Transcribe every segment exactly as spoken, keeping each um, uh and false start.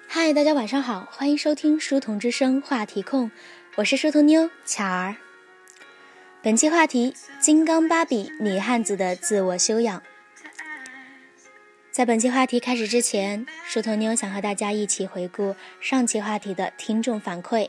嗨，大家晚上好，欢迎收听书童之声话题控，我是书童妞巧儿。本期话题：金刚芭比女汉子的自我修养。在本期话题开始之前，书童妞想和大家一起回顾上期话题的听众反馈。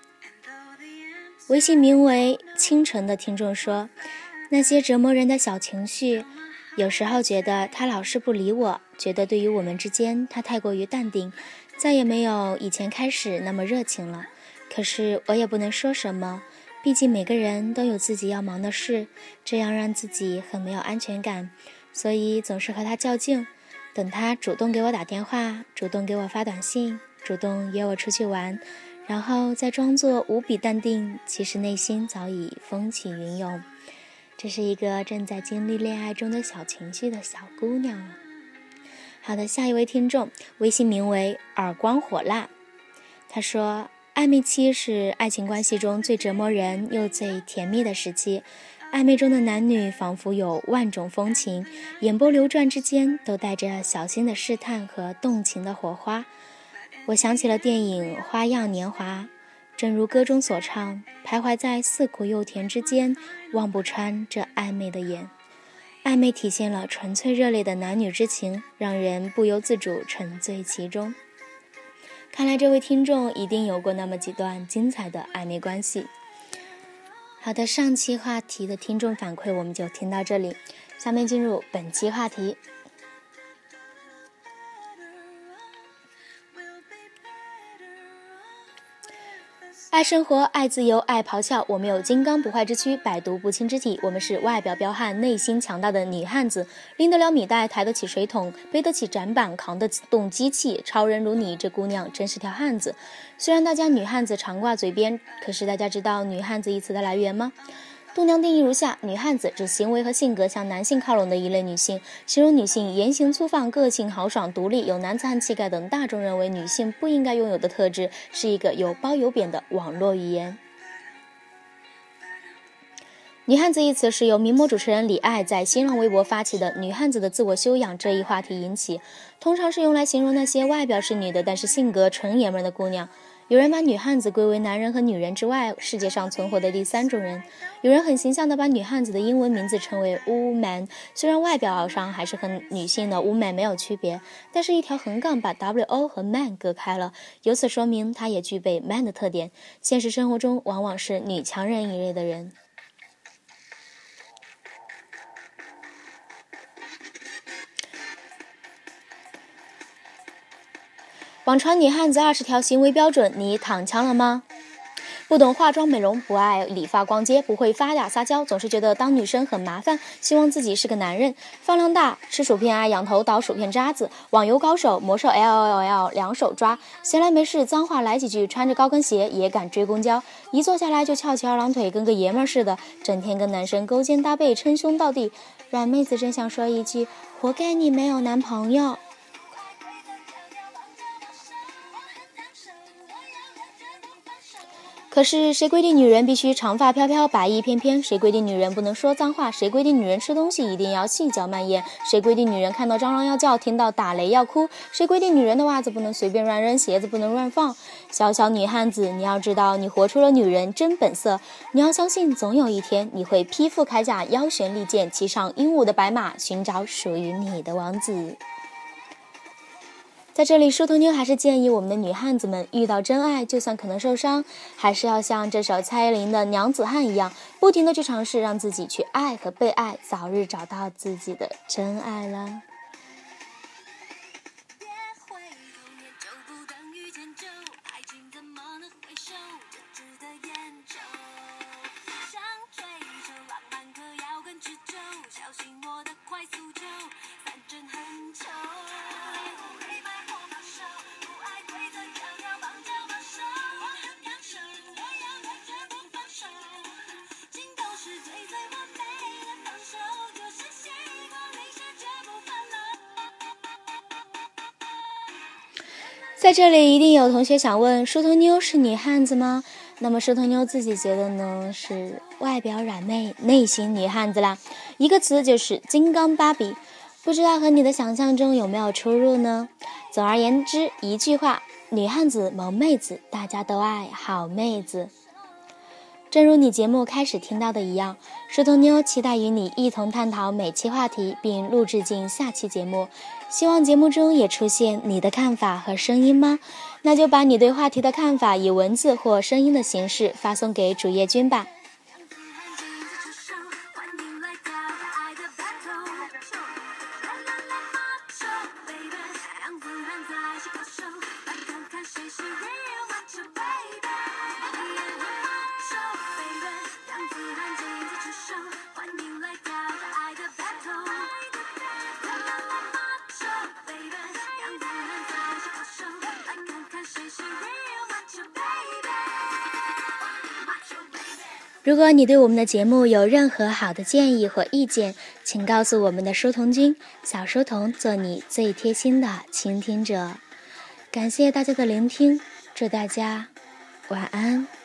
微信名为清晨的听众说，那些折磨人的小情绪，有时候觉得他老是不理我，觉得对于我们之间他太过于淡定，再也没有以前开始那么热情了。可是我也不能说什么，毕竟每个人都有自己要忙的事，这样让自己很没有安全感，所以总是和他较劲，等他主动给我打电话，主动给我发短信，主动约我出去玩，然后再装作无比淡定，其实内心早已风起云涌。这是一个正在经历恋爱中的小情绪的小姑娘。好的，下一位听众，微信名为耳光火辣，他说，暧昧期是爱情关系中最折磨人又最甜蜜的时期，暧昧中的男女仿佛有万种风情，眼波流转之间都带着小心的试探和动情的火花。我想起了电影《花样年华》，正如歌中所唱，徘徊在似苦又甜之间，望不穿这暧昧的眼。暧昧体现了纯粹热烈的男女之情，让人不由自主沉醉其中。看来这位听众一定有过那么几段精彩的暧昧关系。好的，上期话题的听众反馈我们就听到这里，下面进入本期话题。爱生活，爱自由，爱咆哮，我们有金刚不坏之躯，百毒不侵之体，我们是外表彪悍内心强大的女汉子，拎得了米袋，抬得起水桶，背得起展板，扛得动机器，超人如你，这姑娘真是条汉子。虽然大家女汉子常挂嘴边，可是大家知道女汉子一词的来源吗？度娘定义如下：女汉子指行为和性格向男性靠拢的一类女性，形容女性言行粗放、个性豪爽、独立、有男子汉气概等大众认为女性不应该拥有的特质，是一个有褒有贬的网络语言。女汉子一词是由名模主持人李艾在新浪微博发起的女汉子的自我修养这一话题引起，通常是用来形容那些外表是女的但是性格纯爷们的姑娘。有人把女汉子归为男人和女人之外世界上存活的第三种人，有人很形象地把女汉子的英文名字称为 woman， 虽然外表上还是和女性的 woman 没有区别，但是一条横杠把 wo 和 man 隔开了，由此说明她也具备 man 的特点，现实生活中往往是女强人一类的人。网传女汉子二十条行为标准，你躺枪了吗？不懂化妆美容，不爱理发逛街，不会发嗲撒娇，总是觉得当女生很麻烦，希望自己是个男人，饭量大，吃薯片爱仰头倒薯片渣子，网游高手，魔兽 L O L 两手抓，闲来没事脏话来几句，穿着高跟鞋也敢追公交，一坐下来就翘起二郎腿跟个爷们儿似的，整天跟男生勾肩搭背称兄道弟，软妹子真想说一句，活该你没有男朋友。可是谁规定女人必须长发飘飘白衣翩翩？谁规定女人不能说脏话？谁规定女人吃东西一定要细嚼慢咽？谁规定女人看到蟑螂要叫，听到打雷要哭？谁规定女人的袜子不能随便乱扔，鞋子不能乱放？小小女汉子，你要知道你活出了女人真本色，你要相信总有一天你会披腹铠甲，腰悬利剑，骑上英武的白马，寻找属于你的王子。在这里，书童妞还是建议我们的女汉子们遇到真爱，就算可能受伤，还是要像这首蔡依林的《娘子汉》一样，不停地去尝试让自己去爱和被爱，早日找到自己的真爱了。在这里一定有同学想问，书童妞是女汉子吗？那么书童妞自己觉得呢，是外表软妹，内心女汉子啦。一个词就是金刚芭比，不知道和你的想象中有没有出入呢？ 总而言之，一句话，女汉子萌妹子，大家都爱好妹子。正如你节目开始听到的一样，书童妞期待与你一同探讨每期话题，并录制进下期节目。希望节目中也出现你的看法和声音吗？那就把你对话题的看法以文字或声音的形式发送给主页君吧。如果你对我们的节目有任何好的建议或意见，请告诉我们的书童君，小书童做你最贴心的倾听者。感谢大家的聆听，祝大家晚安。